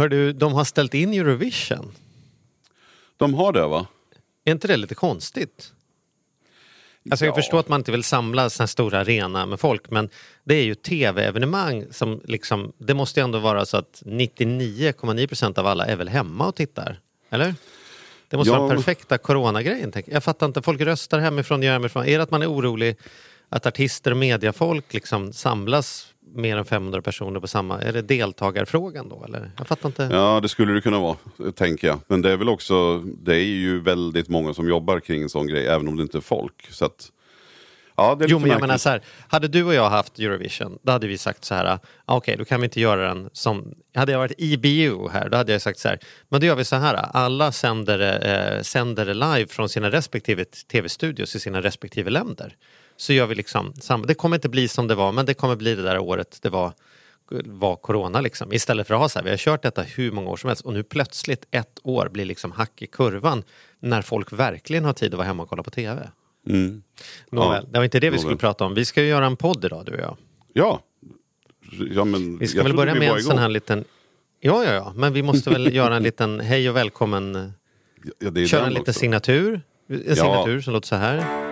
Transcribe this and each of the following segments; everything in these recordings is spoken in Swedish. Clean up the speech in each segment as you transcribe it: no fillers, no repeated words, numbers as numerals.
Hör du, de har ställt in Eurovision. De har det, va? Är inte det lite konstigt? Alltså jag förstår att man inte vill samla såna här stora arena med folk, men det är ju tv-evenemang som liksom, det måste ju ändå vara så att 99,9% av alla är väl hemma och tittar, eller? Det måste vara den perfekta coronagrejen. Jag fattar inte, folk röstar hemifrån, gör hemifrån. Är det att man är orolig att artister och mediafolk liksom samlas mer än 500 personer på samma, är det deltagarfrågan då, eller? Jag fattar inte. Ja, det skulle det kunna vara, tänker jag. Men det är väl också, det är ju väldigt många som jobbar kring en sån grej, även om det inte är folk. Så att, ja, det är jo, men jag menar så här, hade du och jag haft Eurovision, då hade vi sagt så här, okej, då kan vi inte göra den som, hade jag varit EBU här, då hade jag sagt så här, men då gör vi så här, alla sänder live från sina respektive tv-studios i sina respektive länder. Så gör vi liksom samma. Det kommer inte bli som det var, men det kommer bli det där året det var corona liksom. Istället för att ha så här, vi har kört detta hur många år som helst och nu plötsligt ett år blir liksom hack i kurvan när folk verkligen har tid att vara hemma och kolla på tv. Nåväl, det var inte det vi skulle prata om. Vi ska ju göra en podd idag, du och jag. Ja, men vi ska väl börja med en sån här liten... Ja, men vi måste väl göra en liten hej och välkommen... köra en liten signatur. En signatur som låter så här.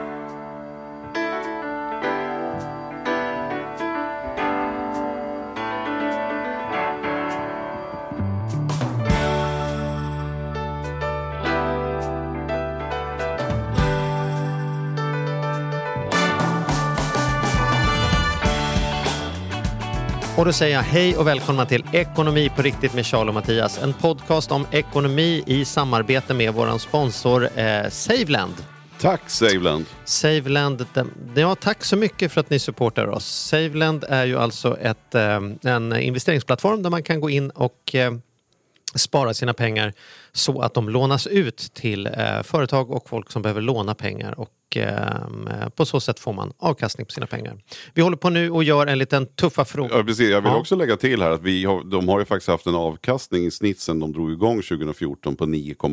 Och då säger jag hej och välkomna till Ekonomi på riktigt med Charles och Mattias. En podcast om ekonomi i samarbete med våran sponsor Saveland. Tack Saveland. Saveland, ja, tack så mycket för att ni supportar oss. Saveland är ju alltså en investeringsplattform där man kan gå in och spara sina pengar så att de lånas ut till företag och folk som behöver låna pengar, och på så sätt får man avkastning på sina pengar. Vi håller på nu och gör en liten tuffa fråga. Ja, precis. Jag vill också lägga till här att de har ju faktiskt haft en avkastning i snitt sedan de drog igång 2014 på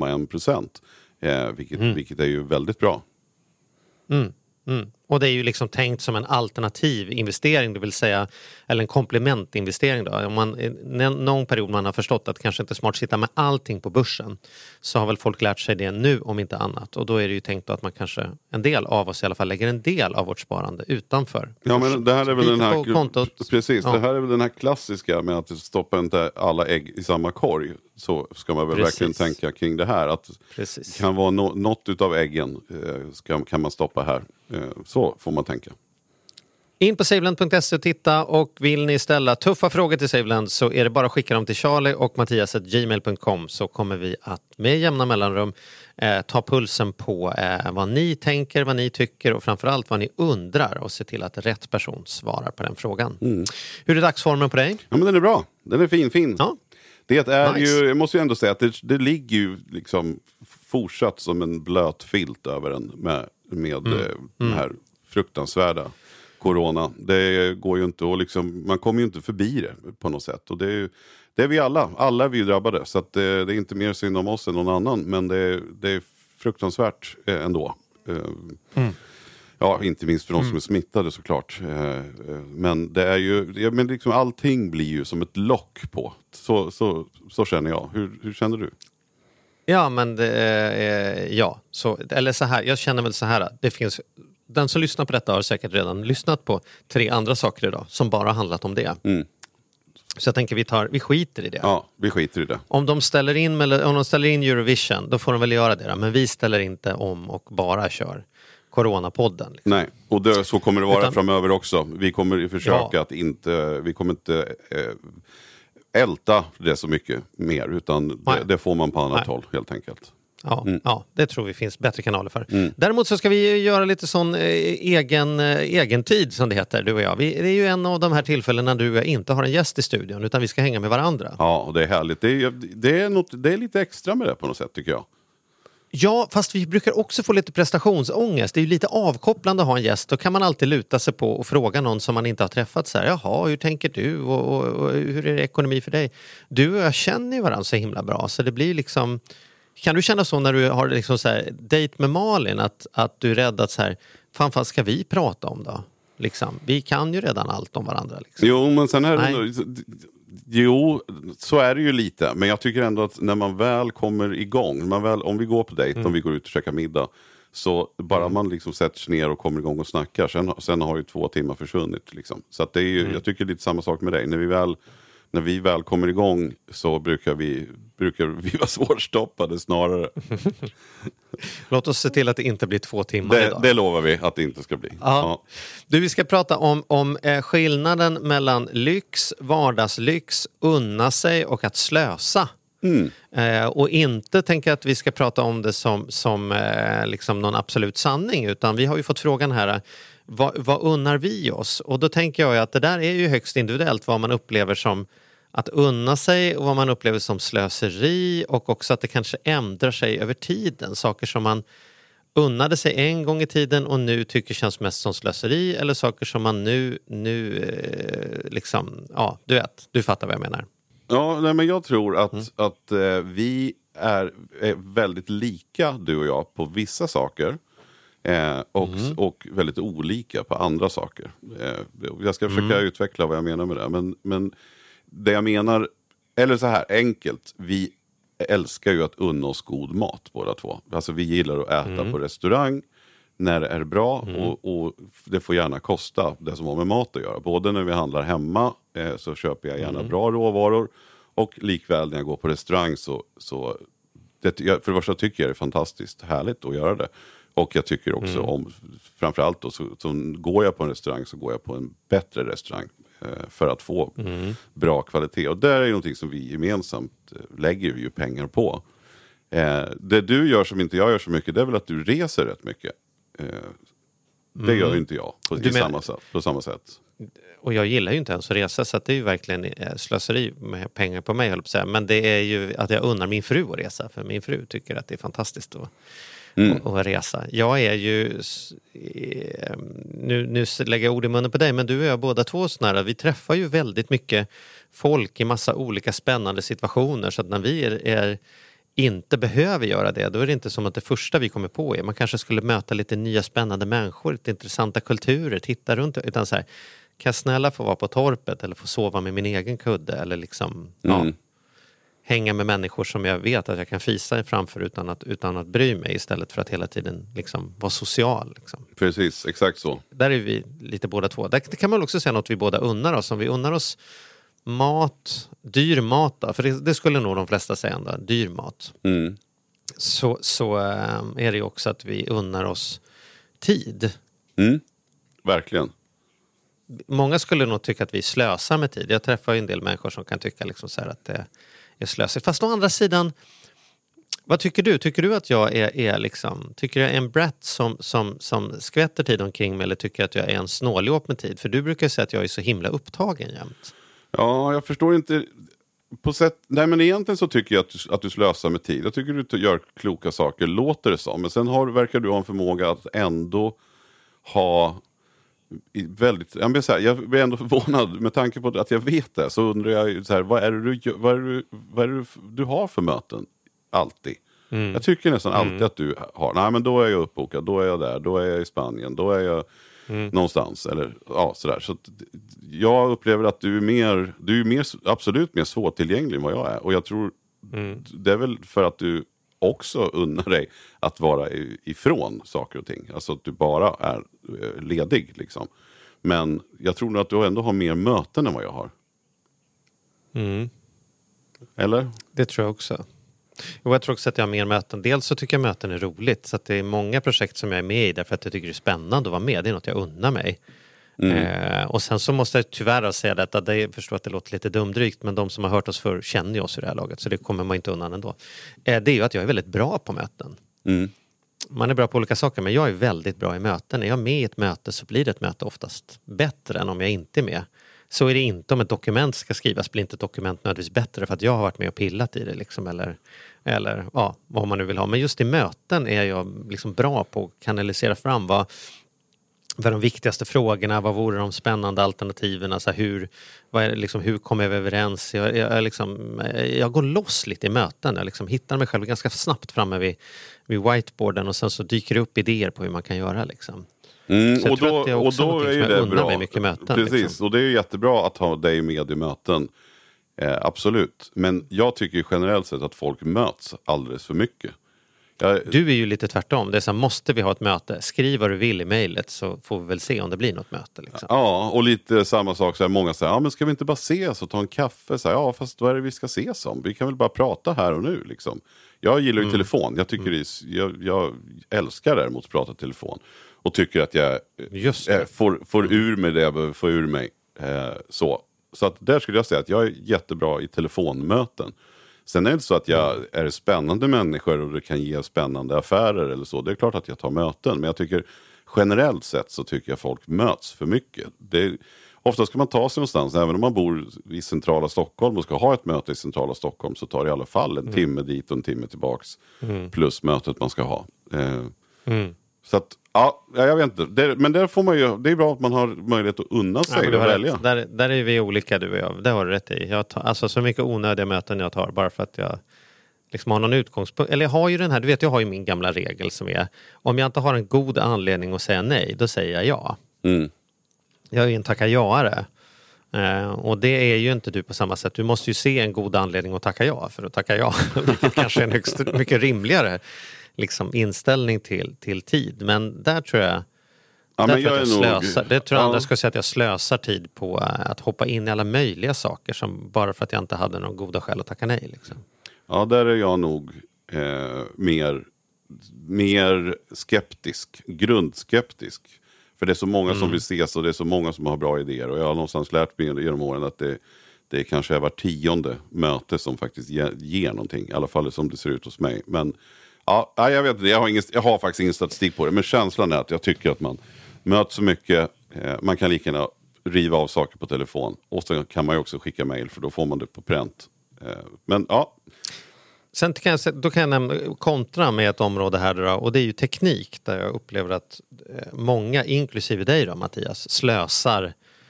9,1%. Vilket är ju väldigt bra. Och det är ju liksom tänkt som en alternativ investering, det vill säga, eller en komplementinvestering då. Om man någon period man har förstått att kanske inte är smart sitta med allting på börsen, så har väl folk lärt sig det nu om inte annat. Och då är det ju tänkt att man kanske, en del av oss i alla fall, lägger en del av vårt sparande utanför. Ja, men det här är väl den här kontot. Precis, det här är väl den här klassiska med att stoppa inte alla ägg i samma korg. Så ska man väl verkligen tänka kring det här, att det kan vara något utav äggen kan man stoppa här. Så får man tänka. In på saveland.se och titta, och vill ni ställa tuffa frågor till Saveland så är det bara att skicka dem till Charlie och Mattias@gmail.com, så kommer vi att med jämna mellanrum ta pulsen på vad ni tänker, vad ni tycker och framförallt vad ni undrar, och se till att rätt person svarar på den frågan. Hur är dagsformen på dig? Ja, men den är bra. Den är fin. Ja. Det är nice. Ju, jag måste ju ändå säga att det ligger ju liksom fortsatt som en blöt filt över den med den här fruktansvärda corona. Det går ju inte att liksom, man kommer ju inte förbi det på något sätt. Och det är vi alla är vi drabbade, så att det är inte mer synd om oss än någon annan, men det är fruktansvärt ändå. Ja, inte minst för de som är smittade såklart. Men det är ju, men liksom allting blir ju som ett lock på. Så känner jag. Hur känner du? Ja, men eller så här, jag känner väl så här, det finns, den som lyssnar på detta har säkert redan lyssnat på 3 andra saker idag som bara handlat om det. Så jag tänker vi skiter i det. Ja, vi skiter i det. Om de ställer in Eurovision, då får de väl göra det. Men vi ställer inte om och bara kör Coronapodden. Liksom. Nej, och så kommer det vara framöver också. Vi kommer försöka att inte, vi kommer inte älta det så mycket mer, utan det får man på annat håll helt enkelt. Ja, det tror vi finns bättre kanaler för. Däremot så ska vi göra lite sån egen tid som det heter, du och jag. Det är ju en av de här tillfällena du och jag inte har en gäst i studion, utan vi ska hänga med varandra. Ja, och det är härligt. Det är lite extra med det på något sätt, tycker jag. Ja, fast vi brukar också få lite prestationsångest. Det är ju lite avkopplande att ha en gäst. Då kan man alltid luta sig på och fråga någon som man inte har träffat. Så här, jaha, hur tänker du? Och hur är det ekonomi för dig? Du och jag känner ju varandra så himla bra. Så det blir liksom... Kan du känna så när du har liksom så här, dejt med Malin? Att du är rädd att så här, fan ska vi prata om då? Liksom, vi kan ju redan allt om varandra. Liksom. Jo, men sen här... Jo, så är det ju lite. Men jag tycker ändå att när man väl kommer igång, om vi går på dejt, om vi går ut och käkar middag, så bara man liksom sätter sig ner och kommer igång och snackar, sen har ju 2 timmar försvunnit. Liksom. Så att det är ju, jag tycker det är lite samma sak med dig. När vi väl kommer igång så brukar vi vara svårstoppade snarare. Låt oss se till att det inte blir 2 timmar idag. Det lovar vi att det inte ska bli. Ja. Du, vi ska prata om skillnaden mellan lyx, vardagslyx, unna sig och att slösa. Och inte tänka att vi ska prata om det som liksom någon absolut sanning, utan vi har ju fått frågan här, vad unnar vi oss? Och då tänker jag att det där är ju högst individuellt, vad man upplever som att unna sig och vad man upplever som slöseri, och också att det kanske ändrar sig över tiden. Saker som man unnade sig en gång i tiden och nu tycker känns mest som slöseri, eller saker som man nu liksom, ja, du fattar vad jag menar. Ja, nej, men jag tror att vi är väldigt lika, du och jag, på vissa saker. Och väldigt olika på andra saker. Jag ska försöka utveckla vad jag menar med det. Men det jag menar, eller så här enkelt, vi älskar ju att unna oss god mat båda två. Alltså vi gillar att äta på restaurang när det är bra, och det får gärna kosta det som har med mat att göra. Både när vi handlar hemma så köper jag gärna bra råvaror, och likväl när jag går på restaurang så för det första tycker jag det är fantastiskt härligt att göra det. Och jag tycker också om, framförallt då, så går jag på en restaurang så går jag på en bättre restaurang för att få bra kvalitet. Och där är någonting som vi gemensamt lägger ju pengar på. Det du gör som inte jag gör så mycket, det är väl att du reser rätt mycket. Det gör ju inte jag på samma sätt. Och jag gillar ju inte ens att resa, så att det är ju verkligen slöseri med pengar på mig, höll på att säga. Men det är ju att jag unnar min fru att resa, för min fru tycker att det är fantastiskt att resa. Jag är ju, nu lägger jag ord i munnen på dig, men du och jag båda två sådana här, vi träffar ju väldigt mycket folk i massa olika spännande situationer, så att när vi inte behöver göra det, då är det inte som att det första vi kommer på är, man kanske skulle möta lite nya spännande människor, lite intressanta kulturer, titta runt, utan så här, kan jag snälla få vara på torpet eller få sova med min egen kudde, eller liksom hänga med människor som jag vet att jag kan fisa framför utan att bry mig, istället för att hela tiden liksom vara social. Liksom. Precis, exakt så. Där är vi lite båda två. Där kan man också säga något vi båda unnar oss. Om vi unnar oss dyr mat då, för det skulle nog de flesta säga ändå, dyr mat. Så är det ju också att vi unnar oss tid. Verkligen. Många skulle nog tycka att vi slösar med tid. Jag träffar ju en del människor som kan tycka liksom så här att det är slösigt. Fast å andra sidan, vad tycker du? Tycker du att jag är liksom, tycker jag är en brat som skvätter tid omkring mig, eller tycker jag att jag är en snåljåp med tid? För du brukar säga att jag är så himla upptagen jämt. Ja, jag förstår inte på sätt. Nej, men egentligen så tycker jag att du slösar med tid. Jag tycker du gör kloka saker, låter det som. Men sen verkar du ha en förmåga att ändå ha väldigt, jag blir ändå förvånad med tanke på att jag vet det, så undrar jag så här, vad är det du har för möten alltid? Jag tycker nästan alltid att du har, nej men då är jag uppbokad, då är jag där, då är jag i Spanien, då är jag någonstans, eller ja, sådär. Så jag upplever att du är absolut mer svårtillgänglig än vad jag är, och jag tror det är väl för att du också unnar dig att vara ifrån saker och ting. Alltså att du bara är ledig liksom. Men jag tror nog att du ändå har mer möten än vad jag har. Eller? Det tror jag också. Och jag tror också att jag har mer möten. Dels så tycker jag möten är roligt. Så att det är många projekt som jag är med i därför att jag tycker det är spännande att vara med. Det är något jag unnar mig. Och sen så måste jag tyvärr säga detta, jag förstår att det låter lite dumdrygt, men de som har hört oss förr känner ju oss i det här laget, så det kommer man inte undan ändå. Det är ju att jag är väldigt bra på möten. Man är bra på olika saker, men jag är väldigt bra i möten. Är jag med i ett möte så blir det ett möte oftast bättre än om jag inte är med. Så är det inte om ett dokument ska skrivas, blir inte ett dokument nödvändigtvis bättre för att jag har varit med och pillat i det liksom, eller ja, vad man nu vill ha. Men just i möten är jag liksom bra på att kanalisera fram vad är de viktigaste frågorna, vad vore de spännande alternativen, alltså hur kommer vi överens? Jag går loss lite i möten, jag liksom hittar mig själv ganska snabbt framme vid whiteboarden, och sen så dyker det upp idéer på hur man kan göra liksom. Och då är ju det bra. Mycket möten, precis, liksom. Och det är ju jättebra att ha dig med i möten. Absolut. Men jag tycker generellt sett att folk möts alldeles för mycket. Du är ju lite tvärtom. Det är så här, måste vi ha ett möte? Skriv vad du vill i mejlet så får vi väl se om det blir något möte. Liksom. Ja, och lite samma sak. Så här, många säger, men ska vi inte bara ses och ta en kaffe? Så här, ja, fast vad är det vi ska ses om? Vi kan väl bara prata här och nu. Liksom. Jag gillar ju telefon. Jag tycker jag älskar däremot att prata telefon. Och tycker att jag får ur mig det jag behöver få ur mig. Så att där skulle jag säga att jag är jättebra i telefonmöten. Sen är det inte så att jag är spännande människor och det kan ge spännande affärer eller så. Det är klart att jag tar möten. Men jag tycker generellt sett så tycker jag folk möts för mycket. Ofta ska man ta sig någonstans. Även om man bor i centrala Stockholm och ska ha ett möte i centrala Stockholm så tar det i alla fall en timme dit och en timme tillbaks. Plus mötet man ska ha. Så att, ja, jag vet inte. Men där får man ju, det är bra att man har möjlighet att unna sig och välja. Där är vi olika, du och jag. Det har du rätt i. Jag tar, alltså så mycket onödiga möten jag tar bara för att jag liksom har någon utgångspunkt. Eller jag har ju den här, du vet jag har ju min gamla regel som är, om jag inte har en god anledning att säga nej, då säger jag ja. Jag är ju en tacka ja-are. Och det är ju inte du på samma sätt. Du måste ju se en god anledning att tacka ja för att tacka ja. Vilket kanske är en högst mycket rimligare liksom inställning till tid. Men där tror jag andra ska säga att jag slösar tid på att hoppa in i alla möjliga saker som bara för att jag inte hade någon goda skäl att tacka nej. Liksom. Ja, där är jag nog mer skeptisk, grundskeptisk. För det är så många som vill ses och det är så många som har bra idéer. Och jag har någonstans lärt mig genom åren att det kanske är var 10:e möte som faktiskt ger någonting. I alla fall som det ser ut hos mig. Men ja, jag vet inte, jag har faktiskt ingen statistik på det. Men känslan är att jag tycker att man möts så mycket. Man kan lika gärna riva av saker på telefon. Och så kan man ju också skicka mejl för då får man det på pränt. Men ja. Sen kan jag nämna kontra med ett område här då, och det är ju teknik där jag upplever att många, inklusive dig då Mattias, slösar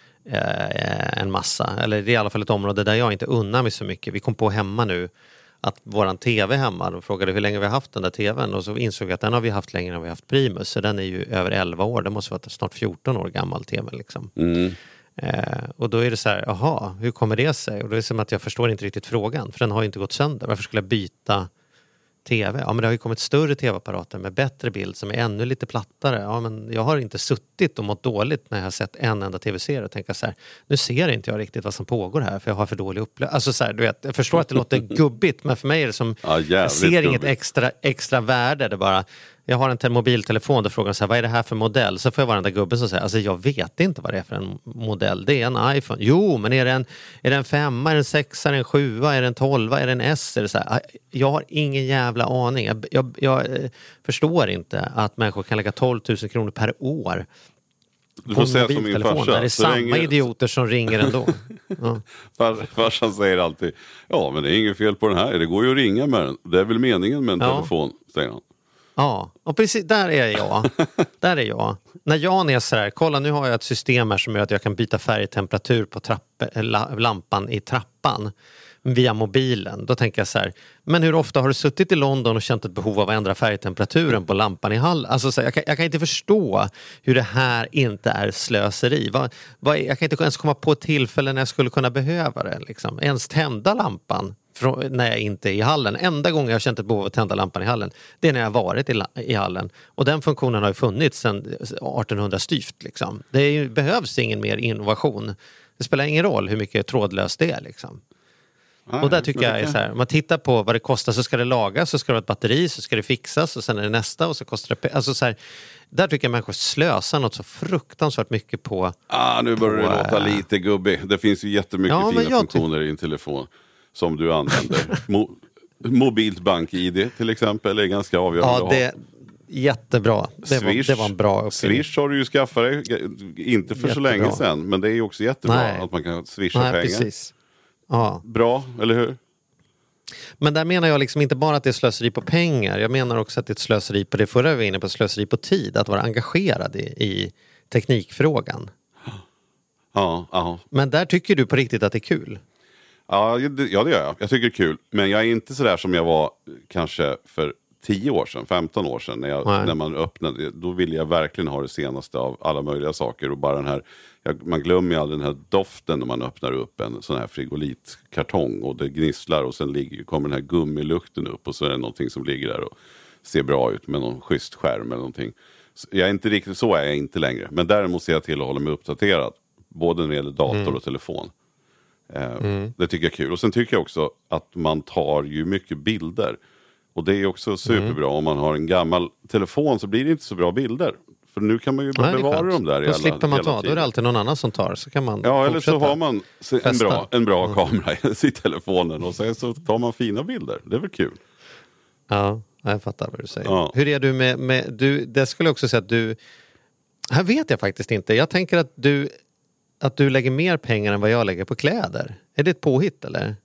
en massa. Eller det är i alla fall ett område där jag inte unnar mig så mycket. Vi kom på hemma nu att våran tv hemma, de frågade hur länge vi har haft den där tvn och så insåg vi att den har vi haft längre än vi har haft Primus. Så den är ju över 11 år, det måste vara snart 14 år gammal tv liksom. Och då är det så här, jaha, hur kommer det sig? Och då är det som att jag förstår inte riktigt frågan, för den har ju inte gått sönder. Varför skulle jag byta tv? Ja, men det har ju kommit större tv-apparater med bättre bild som är ännu lite plattare. Ja, men jag har inte suttit och mått dåligt när jag har sett en enda tv-serie och tänka så här, nu ser inte jag riktigt vad som pågår här för jag har för dålig upplevelse. Alltså så här, du vet, jag förstår att det låter gubbigt, men för mig är det som, jag ser inget extra värde. Det bara, jag har en mobiltelefon, då frågar de så här, vad är det här för modell? Så får jag vara den där gubben som säger, alltså jag vet inte vad det är för en modell. Det är en iPhone. Jo, men är det en 5, är det en 6, är det en 7, är det en 12, är det en S? Är det så här? Jag har ingen jävla aning. Jag förstår inte att människor kan lägga 12 000 kronor per år du får säga som min farsa. Det är samma idioter som ringer ändå. Ja. Farsan säger alltid, ja men det är inget fel på den här. Det går ju att ringa med den. Det är väl meningen med en telefon, säger han. Ja, och precis där är jag. När Jan är så här, kolla nu har jag ett system här som gör att jag kan byta färgtemperatur på lampan i trappan via mobilen. Då tänker jag så här, men hur ofta har du suttit i London och känt ett behov av att ändra färgtemperaturen på lampan i hallen? Alltså så här, jag kan inte förstå hur det här inte är slöseri. Jag kan inte ens komma på ett tillfälle när jag skulle kunna behöva det. Liksom. Ens tända lampan när jag inte är i hallen. Enda gången jag har känt ett behov av att tända lampan i hallen, det är när jag har varit i hallen. Och den funktionen har ju funnits sedan 1800 styvt. Liksom. Behövs ingen mer innovation. Det spelar ingen roll hur mycket trådlöst det är. Liksom. Och där tycker jag är så här, om man tittar på vad det kostar så ska det lagas, så ska det vara ett batteri, så ska det fixas och sen är det nästa och så kostar det alltså så här, där tycker jag människor slösar något så fruktansvärt mycket på. Nu börjar det låta lite gubbig. Det finns ju jättemycket fina funktioner i en telefon som du använder. Mobilt bank-ID till exempel är ganska avgörande. Ja, jättebra. Det var en bra uppfinning. Swish har du ju skaffat dig, inte för så länge sedan, men det är ju också jättebra att man kan swisha pengar. Precis. Ja. Bra, eller hur? Men där menar jag liksom inte bara att det är slöseri på pengar. Jag menar också att det är ett slöseri på det förra vi var inne på, slöseri på tid. Att vara engagerad i teknikfrågan. Ja. Men där tycker du på riktigt att det är kul? Ja, det gör jag. Jag tycker det är kul. Men jag är inte sådär som jag var kanske för 10 år sedan, 15 år sedan när man öppnade, då ville jag verkligen ha det senaste av alla möjliga saker. Och bara den här, man glömmer ju all den här doften när man öppnar upp en sån här frigolitkartong och det gnisslar och sen kommer den här gummilukten upp och så är det någonting som ligger där och ser bra ut med någon schysst skärm eller någonting. Jag är inte riktigt så, är jag inte längre. Men däremot ser jag till att hålla mig uppdaterad. Både när det gäller dator och telefon. Det tycker jag är kul. Och sen tycker jag också att man tar ju mycket bilder. Och det är också superbra. Om man har en gammal telefon så blir det inte så bra bilder. För nu kan man ju bara bevara dem där då slipper man ta, då är det alltid någon annan som tar. Så kan man eller så har man en bra kamera i telefonen. Och sen så tar man fina bilder. Det är väl kul. Ja, jag fattar vad du säger. Ja. Hur är du med det skulle jag också säga att du, här vet jag faktiskt inte. Jag tänker att du lägger mer pengar än vad jag lägger på kläder. Är det ett påhitt eller?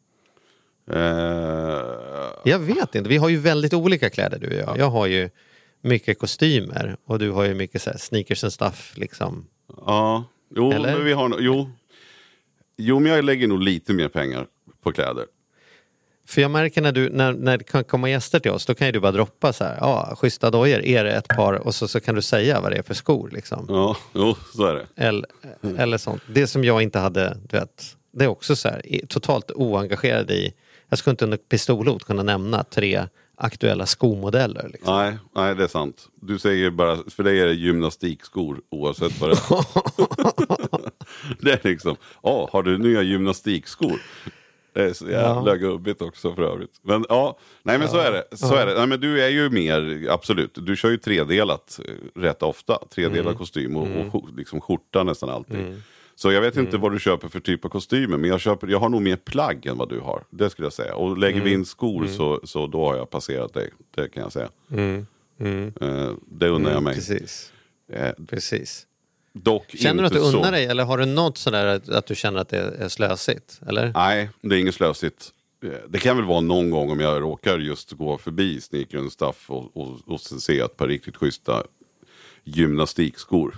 Jag vet inte. Vi har ju väldigt olika kläder du och jag. Jag har ju mycket kostymer och du har ju mycket så här sneakers and stuff liksom. Ja, men vi har men jag lägger nog lite mer pengar på kläder. För jag märker när det kan komma gäster till oss, då kan ju du bara droppa så här, schyssta dojor, är det ett par och så kan du säga vad det är för skor liksom. Ja, så är det. Eller sånt. Det som jag inte hade, du vet, det är också så här, totalt oengagerad i, jag skulle inte under pistolhot kunna nämna 3 aktuella skomodeller liksom. Nej, det är sant. Du säger bara, för dig är det gymnastikskor oavsett vad det är. Det är liksom, har du nya gymnastikskor? Det är så jävla gubbigt också för övrigt. Men så är det. Nej, men du är ju mer, absolut. Du kör ju 3-delat rätt ofta. 3-delad kostym och liksom skjorta nästan alltid. Så jag vet inte vad du köper för typ av kostymer. Men jag har nog mer plagg än vad du har. Det skulle jag säga. Och lägger vi in skor så då har jag passerat dig. Det kan jag säga. Det undrar jag mig. Precis. Dock känner du att du unnar undrar dig eller har du något sådär att du känner att det är slösigt? Eller? Nej, det är inget slösigt. Det kan väl vara någon gång om jag råkar just gå förbi sneaker and stuff och se ett par riktigt schyssta gymnastikskor.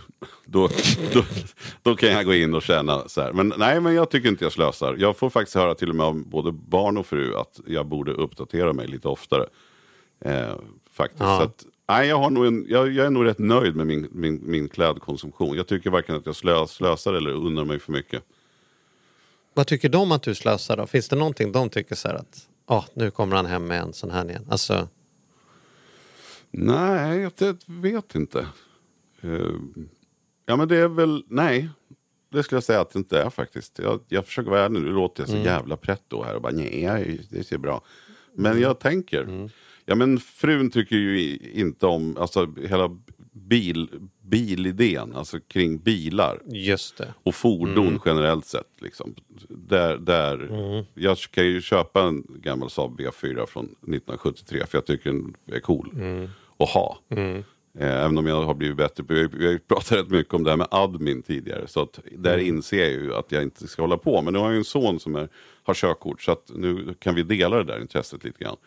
Då kan jag gå in och känna så här. Men jag tycker inte jag slösar. Jag får faktiskt höra till och med av både barn och fru att jag borde uppdatera mig lite oftare. Faktiskt. Så att, nej, jag är nog rätt nöjd med min klädkonsumtion. Jag tycker varken att jag slösar eller unnar mig för mycket. Vad tycker de att du slösar då? Finns det någonting de tycker så här att nu kommer han hem med en sån här igen? Alltså... Nej, jag vet inte. Men det är väl... Nej, det skulle jag säga att det inte är faktiskt. Jag försöker vara ärlig nu. Det låter så jävla pretto här och bara nej, det ser bra. Men jag tänker... Ja, men frun tycker ju inte om alltså hela bilidén, alltså kring bilar. Just det. Och fordon generellt sett liksom. Jag ska ju köpa en gammal Saab B4 från 1973 för jag tycker den är cool att ha. Även om jag har blivit bättre. Vi har pratat rätt mycket om det här med admin tidigare. Så att där inser jag ju att jag inte ska hålla på. Men nu har jag ju en son som har körkort. Så att nu kan vi dela det där intresset lite grann.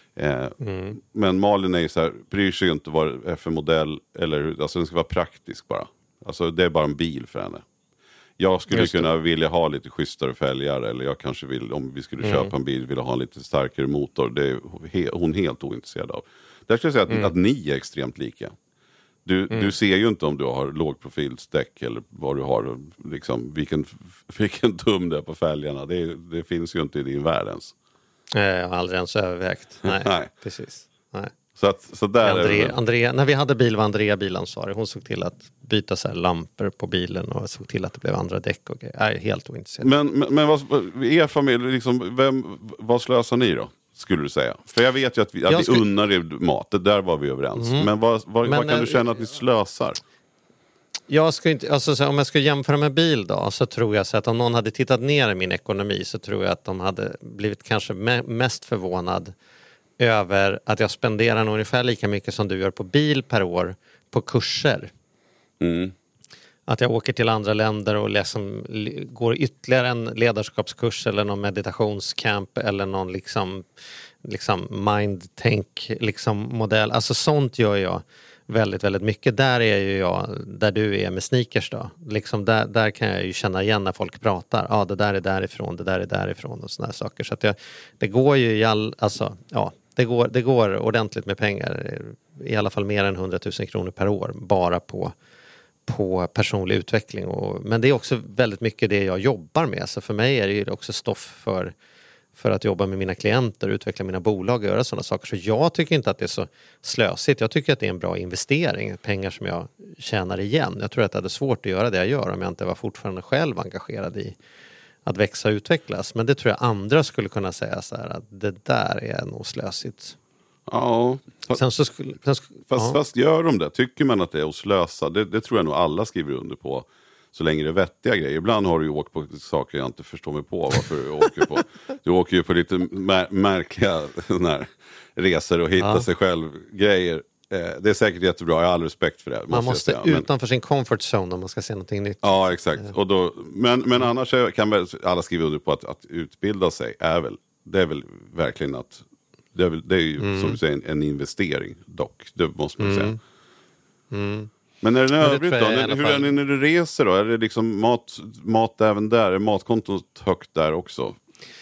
Men Malin är ju så här, bryr sig ju inte vad det är för modell. Alltså den ska vara praktisk bara. Alltså det är bara en bil för henne. Jag skulle kunna vilja ha lite schysstare fälgar. Eller jag kanske vill, om vi skulle köpa en bil, vilja ha en lite starkare motor. Det är hon helt ointresserad av. Där skulle jag säga att ni är extremt lika. Du ser ju inte om du har lågprofilsdäck eller vad du har. Liksom, vilken tum det är på fälgarna. Det finns ju inte i din värld ens. Jag har aldrig ens övervägt. Nej. Precis. Nej. Så där Andrea, när vi hade bil var Andrea bilansvarig. Hon såg till att byta så här lampor på bilen och såg till att det blev andra däck och grejer. Jag är helt ointresserad. Men er familj, liksom, vad slösar ni då? Skulle du säga? För jag vet ju att vi unnar er mat. Det där var vi överens. Men vad kan du känna att ni slösar? Jag ska inte, alltså, om jag ska jämföra med bil då, så tror jag så att om någon hade tittat ner i min ekonomi så tror jag att de hade blivit kanske mest förvånad över att jag spenderar ungefär lika mycket som du gör på bil per år på kurser. Att jag åker till andra länder och går ytterligare en ledarskapskurs eller någon meditationscamp eller någon liksom mind-tänk modell. Alltså sånt gör jag väldigt, väldigt mycket. Där är ju jag, där du är med sneakers då. Liksom där kan jag ju känna igen när folk pratar. Det där är därifrån, det där är därifrån och såna här saker. Så att det går ju Det går ordentligt med pengar, i alla fall mer än 100 000 kronor per år bara på personlig utveckling. Men det är också väldigt mycket det jag jobbar med. Så för mig är det ju också stoff för att jobba med mina klienter, utveckla mina bolag och göra sådana saker. Så jag tycker inte att det är så slösigt. Jag tycker att det är en bra investering. Pengar som jag tjänar igen. Jag tror att det är svårt att göra det jag gör om jag inte var fortfarande själv engagerad i att växa och utvecklas. Men det tror jag andra skulle kunna säga så här, att det där är nog slösigt. Ja, fast gör de det? Tycker man att det är att slösa? Det tror jag nog alla skriver under på. Så länge det är vettiga grejer. Ibland har du ju åkt på saker jag inte förstår mig på varför du åker på. Du åker ju på lite märkliga resor och hitta sig själv grejer. Det är säkert jättebra, jag har all respekt för det. Man måste utanför sin comfort zone om man ska se någonting nytt. Ja, exakt. Och men annars kan väl alla skriva under på att utbilda sig det är väl verkligen att det är ju som du säger en investering dock. Det måste man säga. Men är det övrigt då? Hur är det när du reser då? Är det liksom mat även där? Är matkontot högt där också?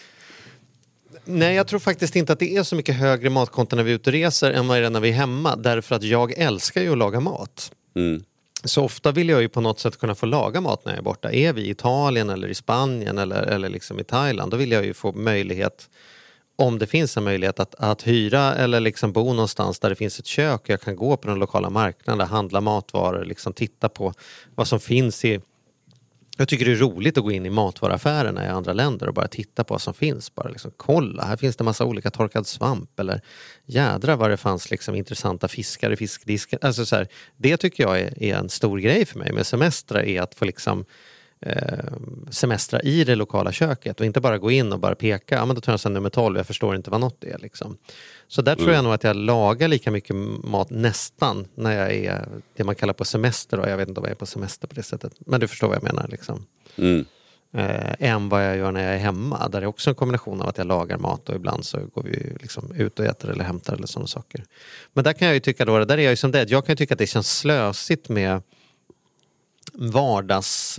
Nej, jag tror faktiskt inte att det är så mycket högre matkonton när vi är ute och reser än vad det är när vi är hemma. Därför att jag älskar ju att laga mat. Så ofta vill jag ju på något sätt kunna få laga mat när jag är borta. Är vi i Italien eller i Spanien eller liksom i Thailand, då vill jag ju få möjlighet, om det finns en möjlighet att hyra eller liksom bo någonstans där det finns ett kök och jag kan gå på den lokala marknaden, handla matvaror, liksom titta på vad som finns i. Jag tycker det är roligt att gå in i matvaruaffärerna i andra länder och bara titta på vad som finns. Bara liksom kolla, här finns det massa olika torkad svamp eller jädra vad det fanns liksom intressanta fiskar i fiskdisken. Alltså så här, det tycker jag är en stor grej för mig med semestrar, är att få liksom semestra i det lokala köket och inte bara gå in och bara peka, ja men då tar jag sen nummer 12, jag förstår inte vad något är liksom. Så där tror jag nog att jag lagar lika mycket mat nästan när jag är det man kallar på semester, och jag vet inte om jag är på semester på det sättet, men du förstår vad jag menar liksom. Än vad jag gör när jag är hemma, där är också en kombination av att jag lagar mat och ibland så går vi liksom ut och äter eller hämtar eller sådana saker. Men där kan jag ju tycka då, där är jag ju som det, jag kan ju tycka att det känns slösigt med vardags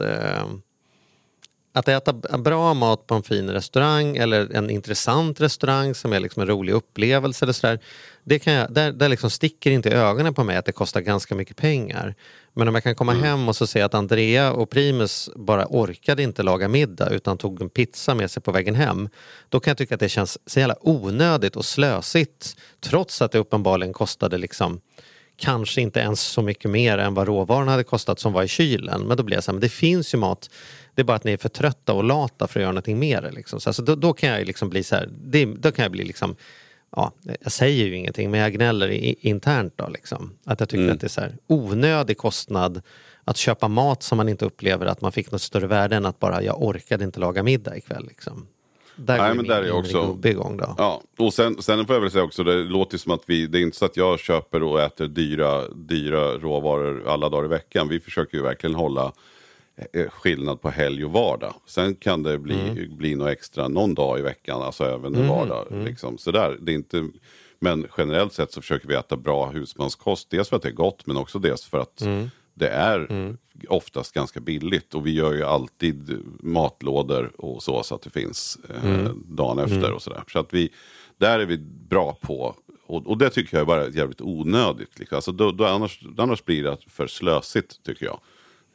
att äta bra mat på en fin restaurang eller en intressant restaurang som är liksom en rolig upplevelse eller sådär. Det kan jag, där liksom sticker inte i ögonen på mig att det kostar ganska mycket pengar. Men om jag kan komma hem och så se att Andrea och Primus bara orkade inte laga middag utan tog en pizza med sig på vägen hem, då kan jag tycka att det känns så jävla onödigt och slösigt, trots att det uppenbarligen kostade liksom kanske inte ens så mycket mer än vad råvaran hade kostat som var i kylen. Men då blir jag så här, men det finns ju mat. Det är bara att ni är för trötta och lata för att göra någonting mer. Liksom. Så alltså, då kan jag liksom bli så här, då kan jag bli liksom, ja, jag säger ju ingenting, men jag gnäller internt då liksom. Att jag tycker att det är så här onödig kostnad att köpa mat som man inte upplever att man fick något större värde än att bara, jag orkade inte laga middag ikväll liksom. Nej, men där är också igång då. Ja, och sen får jag väl säga också, det låter som att det är inte så att jag köper och äter dyra råvaror alla dagar i veckan. Vi försöker ju verkligen hålla skillnad på helg och vardag. Sen kan det bli något extra någon dag i veckan, alltså även vardag liksom. Så där, det är inte, men generellt sett så försöker vi äta bra husmanskost, dels för att det är gott men också dels för att det är oftast ganska billigt, och vi gör ju alltid matlådor och så att det finns dagen efter och sådär. Så att där är vi bra på, och det tycker jag är bara jävligt onödigt liksom. Alltså annars blir det för slösigt tycker jag.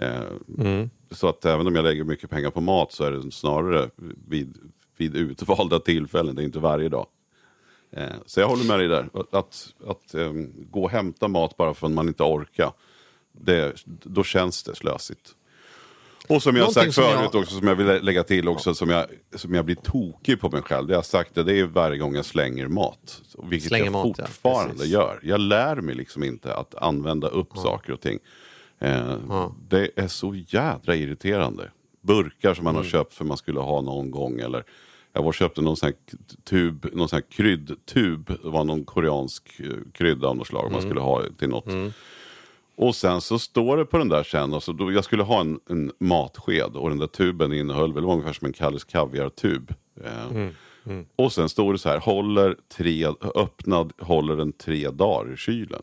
Så att även om jag lägger mycket pengar på mat så är det snarare vid utvalda tillfällen, det är inte varje dag. Så jag håller med dig där, att gå och hämta mat bara för att man inte orkar, då känns det slösigt. Och som jag har sagt förut också, som jag vill lägga till också, som jag blir tokig på mig själv. Jag har sagt det är varje gång jag slänger mat. Vilket jag fortfarande gör. Jag lär mig liksom inte att använda upp saker och ting. Det är så jädra irriterande. Burkar som man har köpt för man skulle ha någon gång, eller jag köpte någon sån här tub, någon sån här kryddtub. Det var någon koreansk krydda av något slag man skulle ha till något. Och sen så står det på den där sen, och så jag skulle ha en matsked, och den där tuben innehöll väl ungefär som en Kalles kaviar-tub. Och sen står det så här, håller den 3 dagar i kylen.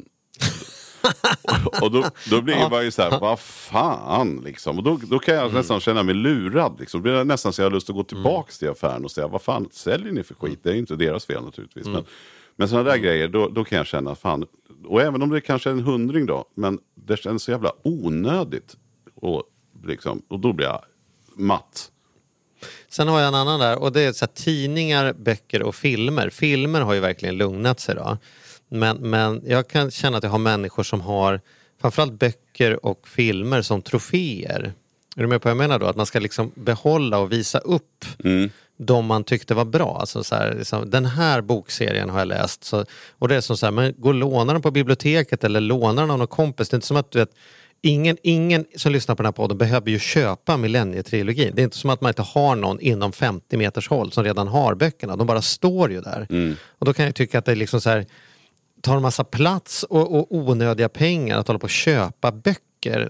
Och då blir det bara ju så här, vad fan liksom. Och då kan jag nästan känna mig lurad liksom. Det blir nästan så jag har lust att gå tillbaka till affären och säga, vad fan säljer ni för skit? Det är ju inte deras fel naturligtvis. Men sådana där grejer, då kan jag känna fan. Och även om det kanske är en 100 då, men det känns så jävla onödigt. Och då blir jag matt. Sen har jag en annan där, och det är så här, tidningar, böcker och filmer. Filmer har ju verkligen lugnat sig då. Men jag kan känna att jag har människor som har framförallt böcker och filmer som troféer. Är du med på vad jag menar då? Att man ska liksom behålla och visa upp de man tyckte var bra. Alltså så här, liksom, den här bokserien har jag läst. Så, och det är som så här, men gå och låna den på biblioteket eller låna den av någon kompis. Det är inte som att du vet, ingen som lyssnar på den här podden behöver ju köpa Millennietrilogin. Det är inte som att man inte har någon inom 50 meters håll som redan har böckerna. De bara står ju där. Och då kan jag tycka att det är liksom så här, tar en massa plats och onödiga pengar att hålla på och köpa böcker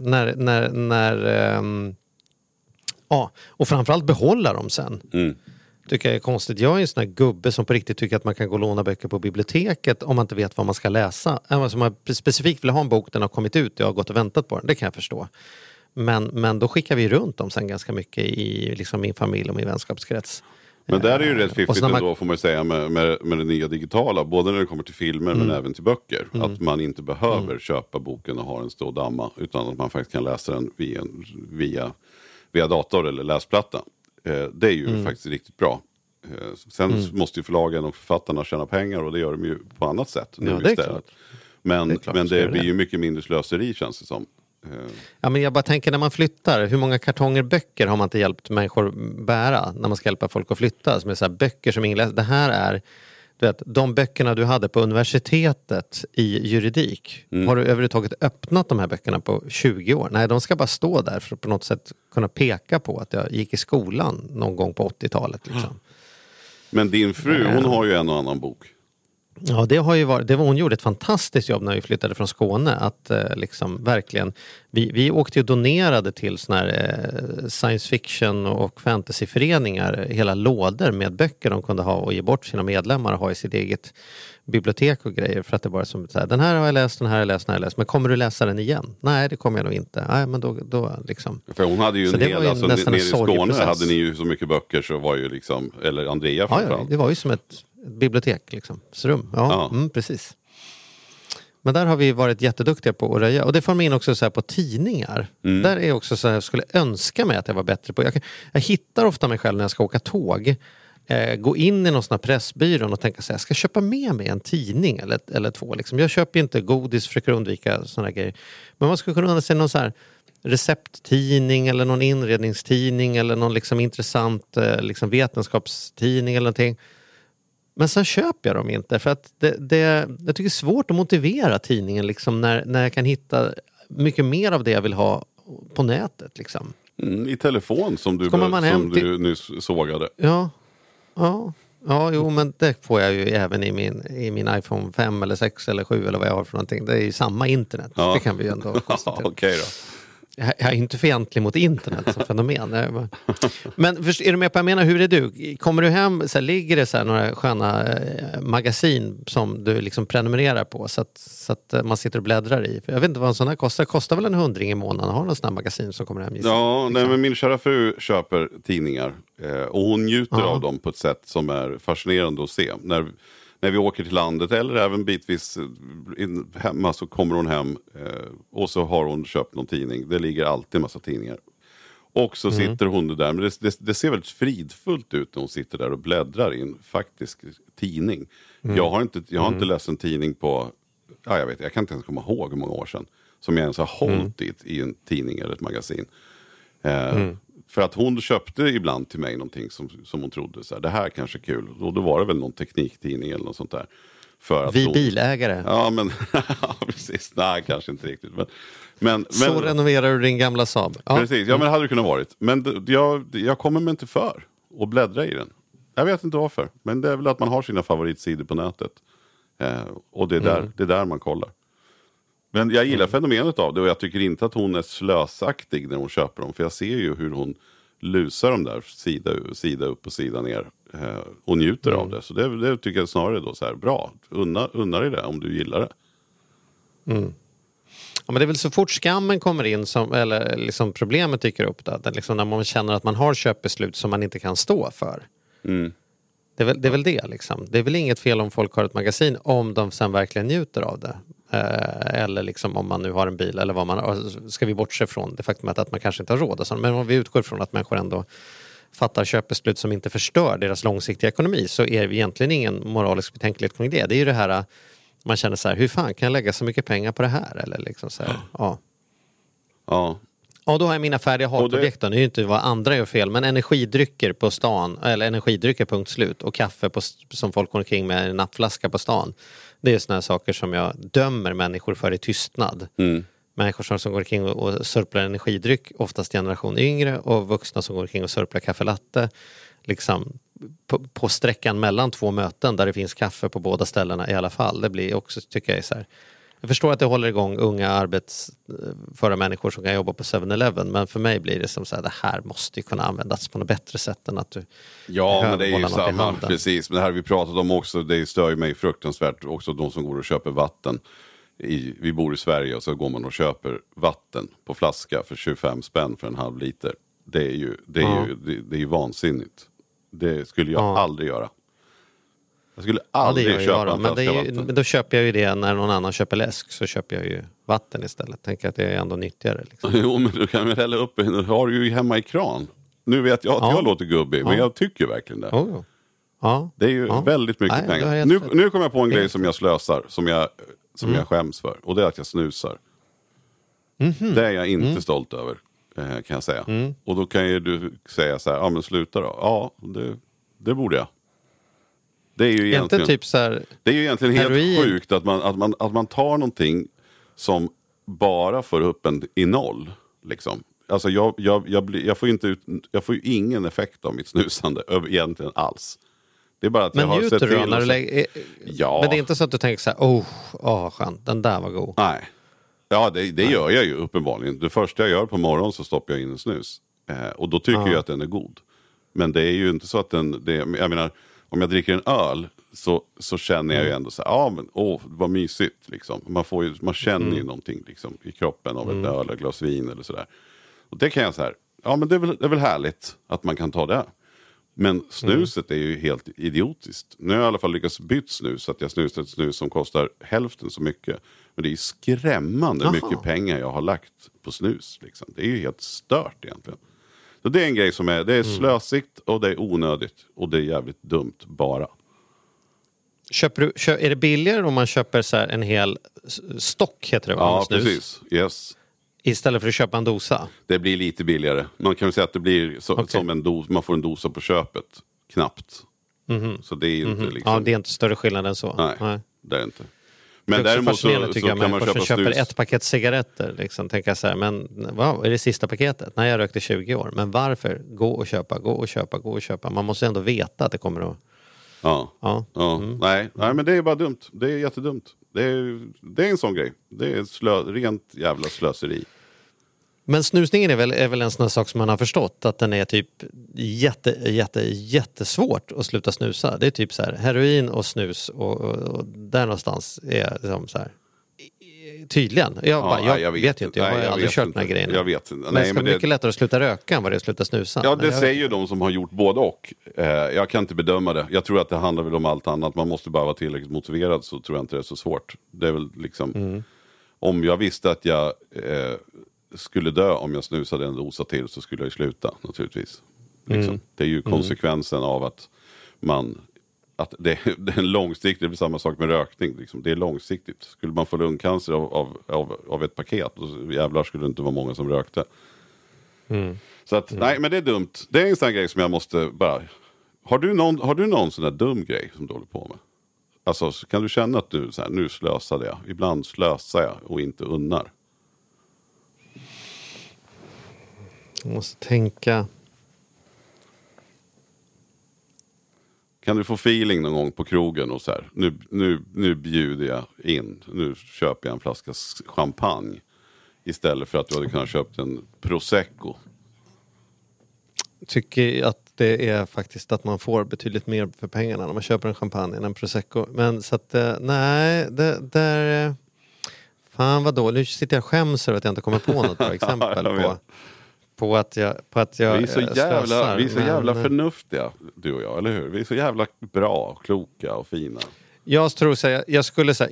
och framförallt behålla dem sen. Tycker jag är konstigt. Jag är en sån här gubbe som på riktigt tycker att man kan gå och låna böcker på biblioteket om man inte vet vad man ska läsa. Alltså man specifikt vill ha en bok, den har kommit ut och jag har gått och väntat på den. Det kan jag förstå. Men då skickar vi runt dem sen ganska mycket i liksom min familj och min vänskapskrets. Men där är ju rätt fiffigt ändå får man säga med det nya digitala. Både när det kommer till filmer men även till böcker. Att man inte behöver köpa boken och ha den stå och damma. Utan att man faktiskt kan läsa den via dator eller läsplatta. Det är ju faktiskt riktigt bra. Sen måste ju förlagen och författarna tjäna pengar. Och det gör de ju på annat sätt. Ja, det är klart. Men det blir ju mycket mindre slöseri känns det som. Ja, men jag bara tänker när man flyttar, hur många kartonger böcker har man inte hjälpt människor bära när man ska hjälpa folk att flytta? Som är så här, böcker som ingen läser. Det här är, du vet, de böckerna du hade på universitetet i juridik. Har du överhuvudtaget öppnat de här böckerna på 20 år? Nej, de ska bara stå där för att på något sätt kunna peka på att jag gick i skolan någon gång på 80-talet. Liksom. Men din fru, hon har ju en och annan bok. Ja, det var hon gjorde ett fantastiskt jobb när vi flyttade från Skåne att liksom verkligen vi åkte ju donerade till såna här science fiction och fantasyföreningar hela lådor med böcker de kunde ha och ge bort sina medlemmar och ha i sitt eget bibliotek och grejer för att det var som så här, den här har jag läst, den här har jag läst, den här har jag läst, men kommer du läsa den igen? Nej, det kommer jag nog inte. Nej, men då liksom. För hon hade ju en hel, alltså nere i Skåne hade ni ju så mycket böcker så var ju liksom, eller Andrea framförallt. Ja, det var ju som ett bibliotek liksom, rum. Ja. Precis. Men där har vi varit jätteduktiga på att röja. Och det får mig in också så här på tidningar. Där är också så här, jag skulle önska mig att jag var bättre på. Jag hittar ofta mig själv när jag ska åka tåg. Gå in i någon sån här pressbyrån och tänka så här, jag ska köpa med mig en tidning eller två. Liksom. Jag köper inte godis, försöker undvika såna grejer. Men man skulle kunna se någon så här recepttidning eller någon inredningstidning eller någon liksom intressant liksom vetenskapstidning eller någonting. Men sen köper jag dem inte för att jag tycker det är svårt att motivera tidningen liksom när jag kan hitta mycket mer av det jag vill ha på nätet. Liksom. I telefon som du nyss sågade. Ja, jo, men det får jag ju även i min iPhone 5 eller 6 eller 7 eller vad jag har för någonting. Det är ju samma internet, det kan vi ju ändå konstatera. Okej då. Jag är inte fientlig mot internet som fenomen. Men är du med på vad jag menar? Hur är du? Kommer du hem, så här, ligger det så här några sköna magasin som du liksom prenumererar på så att man sitter och bläddrar i? För jag vet inte vad en sån här kostar. Kostar väl en 100 i månaden? Har någon sån här magasin som kommer hem? Ja, nej, men min kära fru köper tidningar och hon njuter av dem på ett sätt som är fascinerande att se. När vi åker till landet eller även bitvis hemma så kommer hon hem och så har hon köpt någon tidning. Det ligger alltid en massa tidningar. Och så sitter hon där. Men det ser väldigt fridfullt ut när hon sitter där och bläddrar i en faktisk tidning. Jag har inte läst en tidning på, jag kan inte ens komma ihåg hur många år sedan. Som jag ens har hållit i en tidning eller ett magasin. För att hon köpte ibland till mig någonting som hon trodde så här, det här kanske är kul. Och då var det väl någon tekniktidning eller något sånt där. För att bilägare. Ja, men precis. Nej, kanske inte riktigt. Men så renoverar du din gamla Saab. Ja. Precis, men det hade det kunnat varit. Men jag kommer mig inte för att bläddra i den. Jag vet inte varför. Men det är väl att man har sina favoritsidor på nätet. Och det är där man kollar. Men jag gillar fenomenet av det och jag tycker inte att hon är slösaktig när hon köper dem. För jag ser ju hur hon lusar dem där sida upp och sida ner och njuter av det. Så det tycker jag snarare då så här, bra, unna dig det om du gillar det. Ja, men det är väl så fort skammen kommer in eller liksom problemet dyker upp då, liksom när man känner att man har köpbeslut som man inte kan stå för. Det är väl det liksom. Det är väl inget fel om folk har ett magasin om de sen verkligen njuter av det. Eller liksom om man nu har en bil eller vad man ska vi bortse från det faktum att man kanske inte har råd och sånt. Men om vi utgår från att människor ändå fattar köpbeslut som inte förstör deras långsiktiga ekonomi, så är det egentligen ingen moralisk betänklighet kring det. Det är ju det här man känner så här, hur fan kan jag lägga så mycket pengar på det här? Eller liksom så här, ja. Och då har jag mina färdiga hatobjekt. Det är ju inte vad andra gör fel, men energidrycker på stan, eller energidrycker punkt slut, och kaffe som folk går omkring med en nappflaska på stan. Det är såna här saker som jag dömer människor för i tystnad. Människor som går omkring och sörplar energidryck, oftast generation yngre, och vuxna som går omkring och sörplar kaffelatte. Liksom på sträckan mellan två möten där det finns kaffe på båda ställena i alla fall. Det blir också, tycker jag, så här. Jag förstår att det håller igång unga arbetsföra människor som kan jobba på 7-Eleven, men för mig blir det som så här, det här måste ju kunna användas på något bättre sätt än att du men det är ju samma, precis. Men det här vi pratat om också, det stör ju mig fruktansvärt också, de som går och köper vatten. Vi bor i Sverige och så går man och köper vatten på flaska för 25 spänn för en halv liter. Det är ju vansinnigt. Det skulle jag aldrig göra. Jag skulle aldrig köpa en flaska vatten. Men då köper jag ju det när någon annan köper läsk, så köper jag ju vatten istället. Tänker att det är ändå nyttigare. Liksom. Jo, men du kan väl hälla upp, nu har du ju hemma i kran. Nu vet jag att jag låter gubbig, men jag tycker verkligen det. Det är ju väldigt mycket pengar. Nu kommer jag på en grej som jag slösar, som jag skäms för. Och det är att jag snusar. Det är jag inte stolt över, kan jag säga. Och då kan ju du säga så här, men sluta då. Ja, det borde jag. Det är ju egentligen, typ så här, det är ju egentligen helt sjukt att man tar någonting som bara får upp en i noll. Liksom. Alltså jag får ju ingen effekt av mitt snusande egentligen alls. Det är bara att men jag har sett till. När du lägger, men det är inte så att du tänker så här, skönt, den där var god. Nej. Ja, det gör jag ju uppenbarligen. Det första jag gör på morgonen så stoppar jag in en snus. Och då tycker jag att den är god. Men det är ju inte så att jag menar, om jag dricker en öl så känner jag ju ändå så här, vad mysigt liksom. Man känner ju någonting liksom i kroppen av ett öl eller glas vin eller sådär. Och det kan jag så här, men det är väl härligt att man kan ta det. Men snuset är ju helt idiotiskt. Nu har jag i alla fall lyckats byta snus, så att jag snusar ett snus som kostar hälften så mycket. Men det är ju skrämmande mycket pengar jag har lagt på snus liksom. Det är ju helt stört egentligen. Så det är en grej som det är slösigt och det är onödigt. Och det är jävligt dumt bara. Är det billigare om man köper så här en hel stock, heter det? Ja, precis. Yes. Istället för att köpa en dosa? Det blir lite billigare. Man kan väl säga att det blir som en dos. Man får en dosa på köpet. Knappt. Så det är inte liksom... Ja, det är inte större skillnad än så. Nej. Det är inte. Men det är däremot så kan man köpa köper ett paket cigaretter liksom, tänka så här, men är det sista paketet? Nej, jag rökte 20 år. Men varför? Gå och köpa. Man måste ändå veta att det kommer att... Nej, men det är bara dumt. Det är jättedumt. Det är en sån grej. Det är rent jävla slöseri. Men snusningen är väl en sån här sak som man har förstått att den är typ jättesvårt att sluta snusa. Det är typ så här heroin och snus och där någonstans är liksom så här tydligen. Jag vet inte. Jag har aldrig kört den här grejen. Jag vet inte. Men det är mycket lättare att sluta röka än vad det är att sluta snusa. Ja, det säger ju de som har gjort både och. Jag kan inte bedöma det. Jag tror att det handlar väl om allt annat. Man måste bara vara tillräckligt motiverad, så tror jag inte det är så svårt. Det är väl liksom... Om jag visste att jag skulle dö om jag snusade en dosa till, så skulle jag ju sluta naturligtvis. Liksom. Det är ju konsekvensen av att det är en långsiktigt, det blir samma sak med rökning. Liksom. Det är långsiktigt. Skulle man få lungcancer av ett paket, då jävlar skulle det inte vara många som rökte. Så att, nej, men det är dumt. Det är en sån grej som jag måste bara... Har du någon sån där dum grej som du håller på med? Alltså, kan du känna att du så här, nu slösade jag. Ibland slösar jag och inte unnar. Jag måste tänka... Kan du få feeling någon gång på krogen och så här, nu bjuder jag in, nu köper jag en flaska champagne istället för att du hade kunnat köpt en prosecco? Tycker att det är faktiskt att man får betydligt mer för pengarna när man köper en champagne än en prosecco. Men så att, nej, det där... Fan vad då, nu sitter jag och skäms över att jag inte kommer på något bra exempel på att jag vi är så jävla men... förnuftiga, du och jag, eller hur? Vi är så jävla bra, kloka och fina. Jag tror så jag skulle säga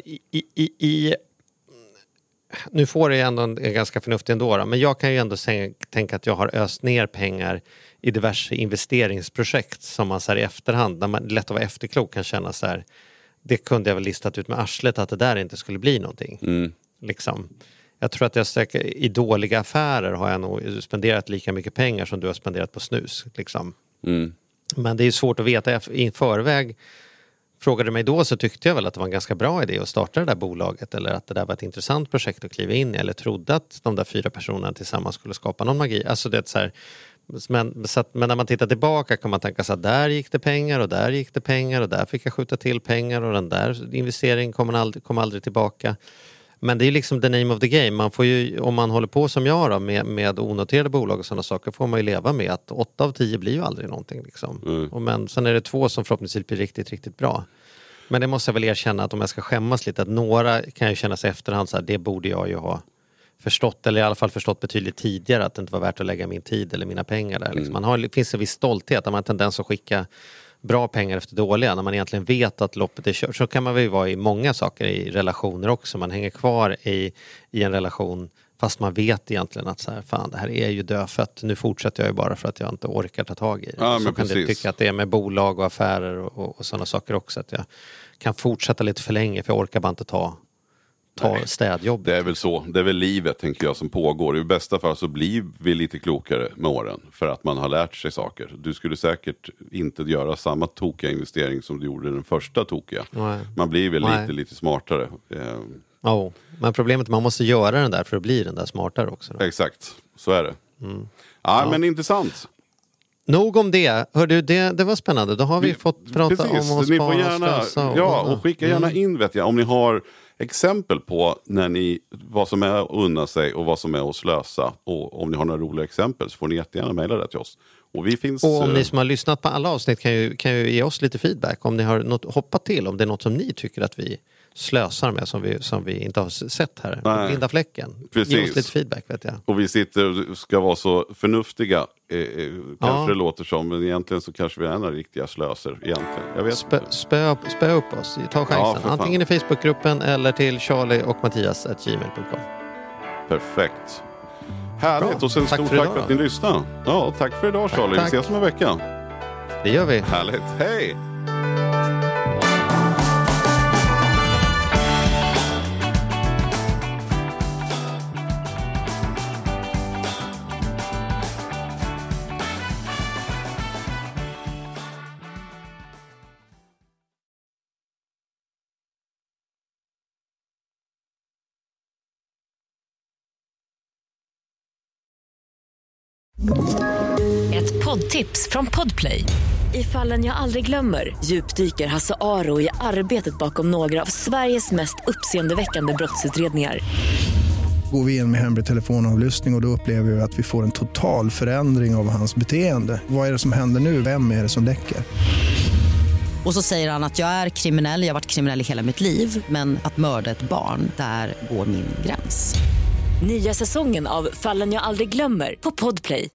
nu får det ändå en ganska förnuftig ändå då, men jag kan ju ändå tänka att jag har öst ner pengar i diverse investeringsprojekt som man så här i efterhand, när man lätt att vara efterklok kan känna så här, det kunde jag väl listat ut med arslet att det där inte skulle bli någonting. Liksom. Jag tror att i dåliga affärer har jag nog spenderat lika mycket pengar som du har spenderat på snus. Liksom. Men det är ju svårt att veta i förväg. Frågade mig då så tyckte jag väl att det var en ganska bra idé att starta det där bolaget, eller att det där var ett intressant projekt att kliva in i, eller trodde att de där 4 personerna tillsammans skulle skapa någon magi. Alltså det är så här, men när man tittar tillbaka kan man tänka så att där gick det pengar och där gick det pengar och där fick jag skjuta till pengar och den där investeringen kom aldrig tillbaka. Men det är liksom the name of the game. Man får ju, om man håller på som jag då, med onoterade bolag och sådana saker, får man ju leva med att 8 av 10 blir ju aldrig någonting. Liksom. Men sen är det 2 som förhoppningsvis blir riktigt, riktigt bra. Men det måste jag väl erkänna att om jag ska skämmas lite, att några kan ju känna sig efterhand så här, det borde jag ju ha förstått, eller i alla fall förstått betydligt tidigare, att det inte var värt att lägga min tid eller mina pengar där. Liksom. Det finns en viss stolthet, man har en tendens att skicka bra pengar efter dåliga, när man egentligen vet att loppet är kört. Så kan man väl vara i många saker i relationer också. Man hänger kvar i en relation fast man vet egentligen att så här, fan, det här är ju dödfött. Nu fortsätter jag ju bara för att jag inte orkar ta tag i det. Ja, så kan det tycka att det är med bolag och affärer och sådana saker också. Att jag kan fortsätta lite för länge för jag orkar bara inte ta städjobb. Det är väl så. Det är väl livet, tänker jag, som pågår. I bästa fall så blir vi lite klokare med åren för att man har lärt sig saker. Du skulle säkert inte göra samma tokiga investering som du gjorde den första tokiga. Nej. Man blir väl lite smartare. Men problemet är att man måste göra den där för att bli den där smartare också. Då. Exakt, så är det. Ja, men intressant. Nog om det. Hördu, det var spännande. Då har vi fått prata om att spara och slösa. Och skicka gärna in, vet jag, om ni har exempel på vad som är att unna sig och vad som är att slösa. Och om ni har några roliga exempel så får ni jättegärna mejla det till oss. Och om ni som har lyssnat på alla avsnitt kan ju ge oss lite feedback. Om ni har något hoppat till, om det är något som ni tycker att vi slösar med som vi inte har sett här. Nej. Blinda fläcken. Precis. Ge oss lite feedback, vet jag. Och vi sitter och ska vara så förnuftiga. Kanske det låter som, men egentligen så kanske vi är några riktiga slöser. Egentligen. Jag vet spö upp oss. Ta chansen. Antingen i Facebookgruppen eller till charlieochmattias@gmail.com. Perfekt. Härligt. Och sen stort tack för att ni lyssnade. Ja, tack för idag, Charlie. Vi ses om en vecka. Det gör vi. Härligt. Hej! Ett poddtips från Podplay. I Fallen jag aldrig glömmer djupdyker Hasse Aro i arbetet bakom några av Sveriges mest uppseendeväckande brottsutredningar. Går vi in med hemlig telefonavlyssning och då upplever vi att vi får en total förändring av hans beteende. Vad är det som händer nu? Vem är det som läcker? Och så säger han att jag är kriminell, jag har varit kriminell i hela mitt liv. Men att mörda ett barn, där går min gräns. Nya säsongen av Fallen jag aldrig glömmer på Podplay.